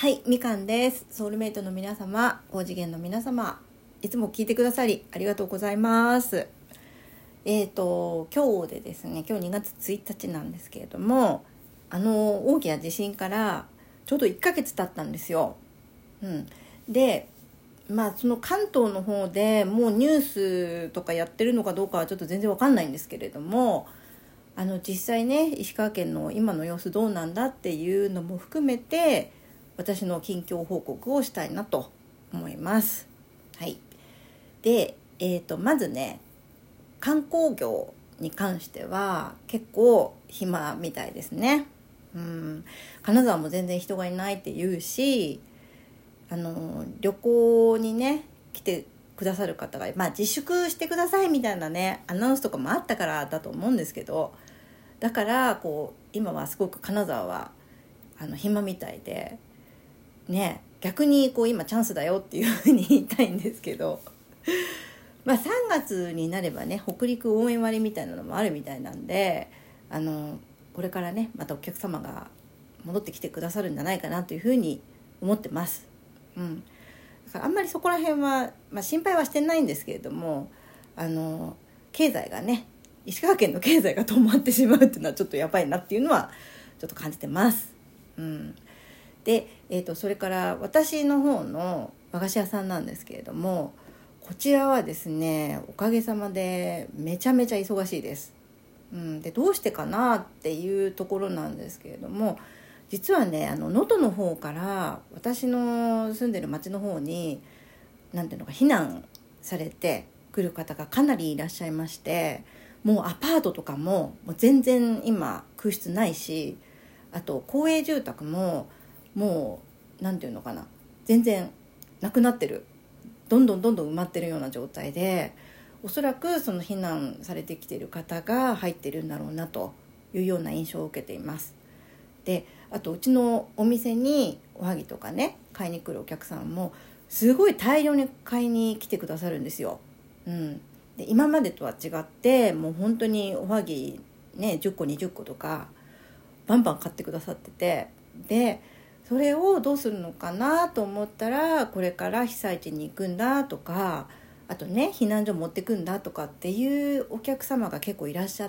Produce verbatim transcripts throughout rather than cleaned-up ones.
はい、みかんです。ソウルメイトの皆様、高次元の皆様、いつも聞いてくださりありがとうございます。えーと今日でですね、今日にがつついたちなんですけれども、あの大きな地震からちょうどいっかげつ経ったんですよ。うん、で、まあその関東の方でもうニュースとかやってるのかどうかはちょっと全然わかんないんですけれども、あの実際ね、石川県の今の様子どうなんだっていうのも含めて、私の近況報告をしたいなと思います。はい。で、えーとまずね、観光業に関しては結構暇みたいですね。うん、金沢も全然人がいないって言うし、あの旅行にね来てくださる方が、まあ、自粛してくださいみたいなねアナウンスとかもあったからだと思うんですけど、だからこう今はすごく金沢はあの暇みたいでね、逆にこう今チャンスだよっていうふうに言いたいんですけどまあさんがつになればね、北陸応援割みたいなのもあるみたいなんで、あのこれからねまたお客様が戻ってきてくださるんじゃないかなというふうに思ってます。うん、だからあんまりそこら辺は、まあ、心配はしてないんですけれども、あの経済がね、石川県の経済が止まってしまうっていうのはちょっとやばいなっていうのはちょっと感じてます。うん、で、えーと、それから私の方の和菓子屋さんなんですけれども、こちらはですね、おかげさまでめちゃめちゃ忙しいです。うん、でどうしてかなっていうところなんですけれども、実はね、あの能登の方から私の住んでる町の方になんていうのか避難されてくる方がかなりいらっしゃいまして、もうアパートとかももう全然今空室ないし、あと公営住宅ももうなんていうのかな、全然なくなってる、どんどんどんどん埋まってるような状態で、おそらくその避難されてきている方が入ってるんだろうなというような印象を受けています。で、あとうちのお店におはぎとかね買いに来るお客さんもすごい大量に買いに来てくださるんですよ。うん、で今までとは違ってもう本当におはぎねじゅっこにじゅっことかバンバン買ってくださってて、でそれをどうするのかなと思ったら、これから被災地に行くんだとか、あとね避難所持ってくんだとかっていうお客様が結構いらっしゃって、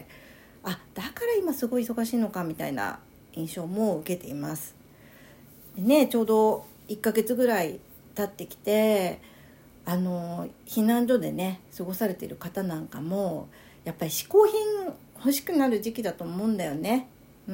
あ、だから今すごい忙しいのかみたいな印象も受けています。でね、ちょうどいっかげつぐらい経ってきて、あの避難所でね過ごされている方なんかもやっぱり嗜好品欲しくなる時期だと思うんだよね。うん、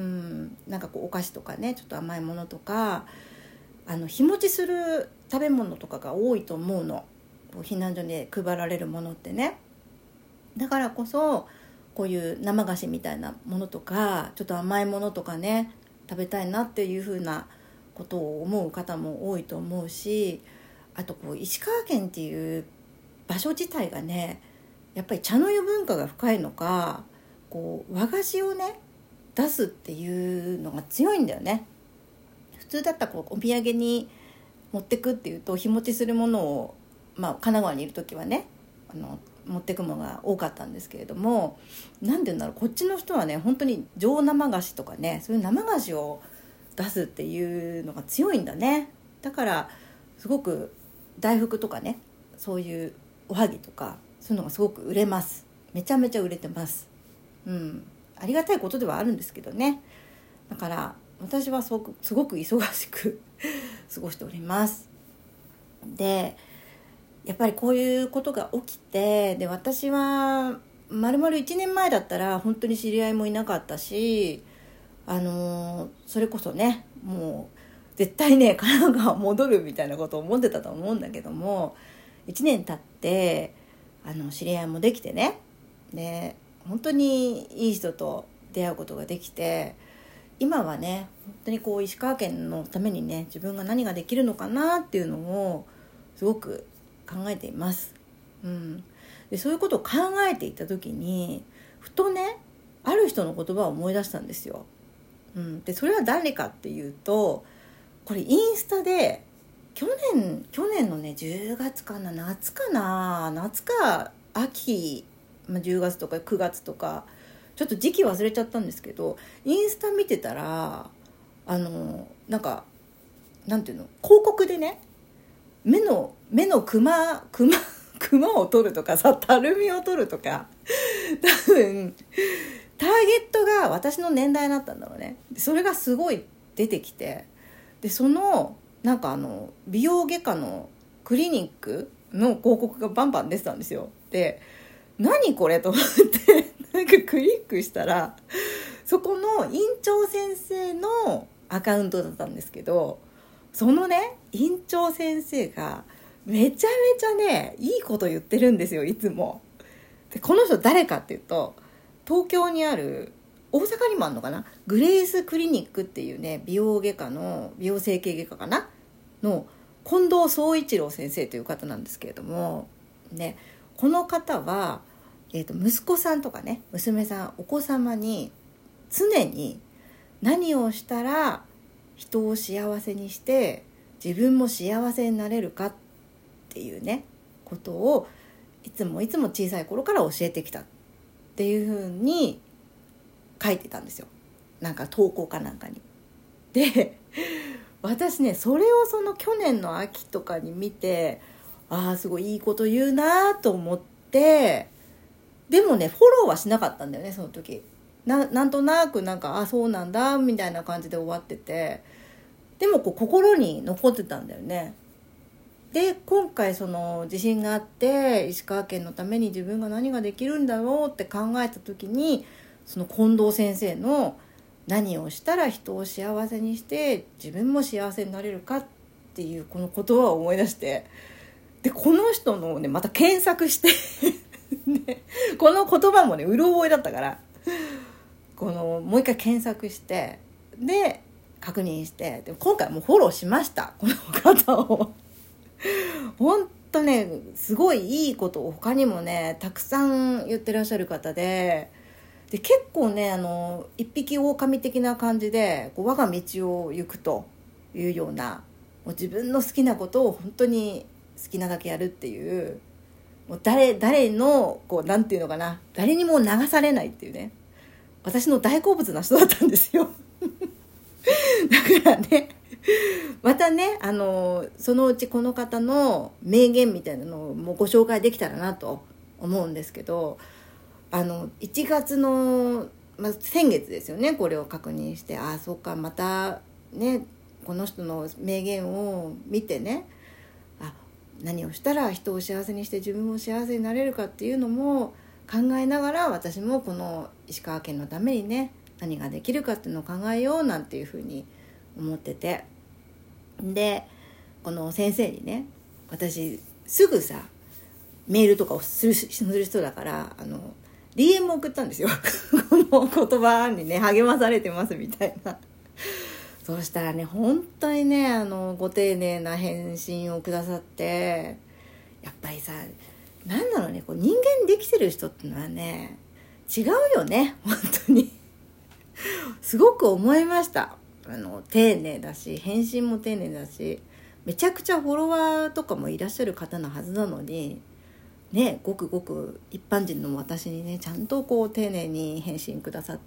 なんかこうお菓子とかね、ちょっと甘いものとか、あの日持ちする食べ物とかが多いと思うの、避難所で配られるものってね。だからこそこういう生菓子みたいなものとか、ちょっと甘いものとかね食べたいなっていう風なことを思う方も多いと思うし、あとこう石川県っていう場所自体がね、やっぱり茶の湯文化が深いのか、こう和菓子をね出すっていうのが強いんだよね。普通だったらこうお土産に持ってくっていうと日持ちするものを、まあ、神奈川にいる時はねあの持ってくものが多かったんですけれども、なんでだろう、こっちの人はね本当に上生菓子とかね、そういう生菓子を出すっていうのが強いんだね。だからすごく大福とかね、そういうおはぎとかそういうのがすごく売れます。めちゃめちゃ売れてます。うん、ありがたいことではあるんですけどね。だから私はすごく、すごく忙しく過ごしております。で、やっぱりこういうことが起きて、で私はまるまるいちねんまえだったら本当に知り合いもいなかったし、あのそれこそねもう絶対ね神奈川戻るみたいなことを思ってたと思うんだけども、いちねん経ってあの知り合いもできてね、で本当にいい人と出会うことができて、今はね本当にこう石川県のためにね自分が何ができるのかなっていうのをすごく考えています。うん、でそういうことを考えていた時にふとねある人の言葉を思い出したんですよ。うん、でそれは誰かっていうと、これインスタで去年去年のねじゅうがつかな、夏かな、夏か秋、まあ、じゅうがつとかくがつとかちょっと時期忘れちゃったんですけど、インスタ見てたらあのなんかなんていうの、広告でね、目の目のクマクマクマを取るとかさ、たるみを取るとか、多分ターゲットが私の年代だったんだろうね。それがすごい出てきて、でそのなんかあの美容外科のクリニックの広告がバンバン出てたんですよ。で何これと思ってなんかクリックしたら、そこの院長先生のアカウントだったんですけど、そのね院長先生がめちゃめちゃねいいこと言ってるんですよ、いつも。でこの人誰かっていうと、東京にある、大阪にもあるのかな、グレイスクリニックっていうね美容外科の、美容整形外科かなの近藤総一郎先生という方なんですけれどもね、この方は、えーと、息子さんとかね娘さんお子様に常に何をしたら人を幸せにして自分も幸せになれるかっていうねことをいつもいつも小さい頃から教えてきたっていう風に書いてたんですよ、なんか投稿かなんかに。で私ねそれをその去年の秋とかに見て、ああすごいいいこと言うなと思って、でもねフォローはしなかったんだよねその時。 な, なんとなくなんかあそうなんだみたいな感じで終わってて、でもこう心に残ってたんだよね。で今回その地震があって石川県のために自分が何ができるんだろうって考えた時に、その近藤先生の何をしたら人を幸せにして自分も幸せになれるかっていうこの言葉を思い出して、でこの人のねまた検索してでこの言葉もねうろ覚えだったから、このもう一回検索してで確認して、で今回もうフォローしました、この方を。本当ねすごいいいことを他にもねたくさん言ってらっしゃる方で、で結構ねあの一匹狼的な感じでこう我が道を行くというような、もう自分の好きなことを本当に好きなだけやるっていう、もう 誰, 誰のこうなんていうのかな、誰にも流されないっていうね、私の大好物な人だったんですよだからねまたねあのそのうちこの方の名言みたいなのをもうご紹介できたらなと思うんですけど、あのいちがつの、まあ、先月ですよね、これを確認して、ああそうかまたねこの人の名言を見てね、あ何をしたら人を幸せにして自分も幸せになれるかっていうのも考えながら、私もこの石川県のためにね何ができるかっていうのを考えようなんていうふうに思ってて、でこの先生にね、私すぐさメールとかをするする人だから、あの ディーエム 送ったんですよこの言葉にね励まされてますみたいな。そうしたらね本当にねあのご丁寧な返信をくださって、やっぱりさなんだろうね、こう人間できてる人ってのはね違うよね本当にすごく思いました。あの丁寧だし返信も丁寧だし、めちゃくちゃフォロワーとかもいらっしゃる方のはずなのにね、ごくごく一般人の私にねちゃんとこう丁寧に返信くださって、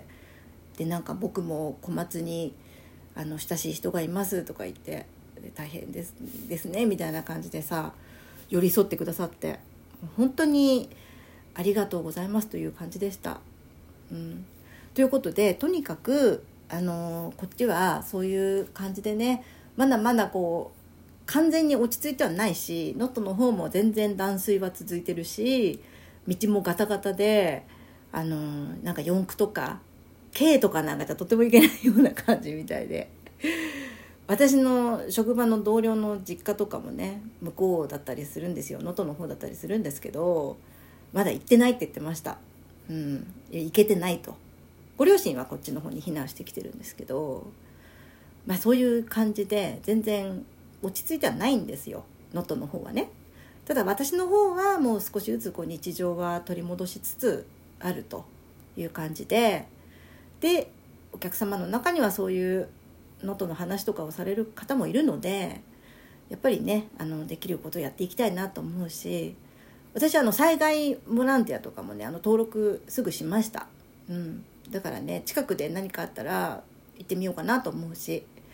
でなんか僕も小松にあの親しい人がいますとか言って、で大変ですですねみたいな感じでさ寄り添ってくださって、本当にありがとうございますという感じでした、うん、ということでとにかくあのこっちはそういう感じでね、まだまだこう完全に落ち着いてはないし、能登の方も全然断水は続いてるし、道もガタガタで、あのなんか四駆とか軽とかなんかじゃとてもいけないような感じみたいで、私の職場の同僚の実家とかもね向こうだったりするんですよ、能登の方だったりするんですけど、まだ行ってないって言ってました、うん、行けてないと。ご両親はこっちの方に避難してきてるんですけど、まあそういう感じで全然落ち着いてはないんですよ、能登の方はね。ただ私の方はもう少しずつこう日常は取り戻しつつあるという感じで、でお客様の中にはそういう能登の話とかをされる方もいるので、やっぱりねあのできることをやっていきたいなと思うし、私はあの災害ボランティアとかもねあの登録すぐしました、うん、だからね近くで何かあったら行ってみようかなと思うし、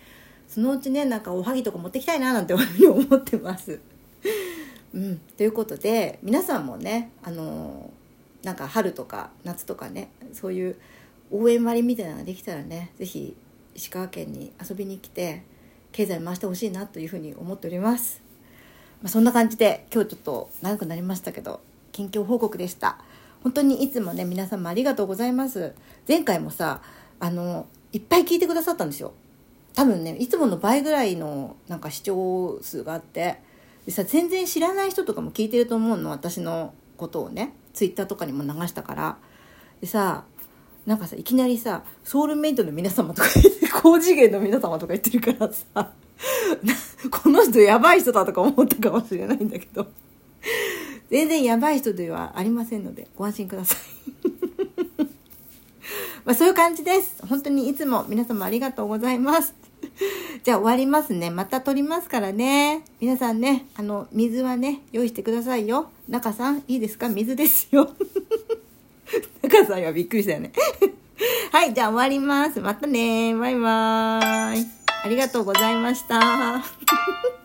そのうちねなんかおはぎとか持ってきたいななんて思ってます、うん、ということで皆さんもねあのなんか春とか夏とかねそういう応援割みたいなのができたらねぜひ石川県に遊びに来て経済回してほしいなというふうに思っております、まあ、そんな感じで今日ちょっと長くなりましたけど近況報告でした。本当にいつもね皆様ありがとうございます。前回もさあのいっぱい聞いてくださったんですよ。多分ねいつもの倍ぐらいのなんか視聴数があってでさ全然知らない人とかも聞いてると思うの私のことをねツイッターとかにも流したからでさなんかさいきなりさソウルメイトの皆様とか言って高次元の皆様とか言ってるからさこの人やばい人だとか思ったかもしれないんだけど全然やばい人ではありませんのでご安心くださいまあそういう感じです。本当にいつも皆様ありがとうございますじゃあ終わりますね。また撮りますからね。皆さんねあの水はね用意してくださいよ。中さんいいですか？水ですよ中さんはびっくりしたよねはいじゃあ終わります。またねバイバーイ。ありがとうございました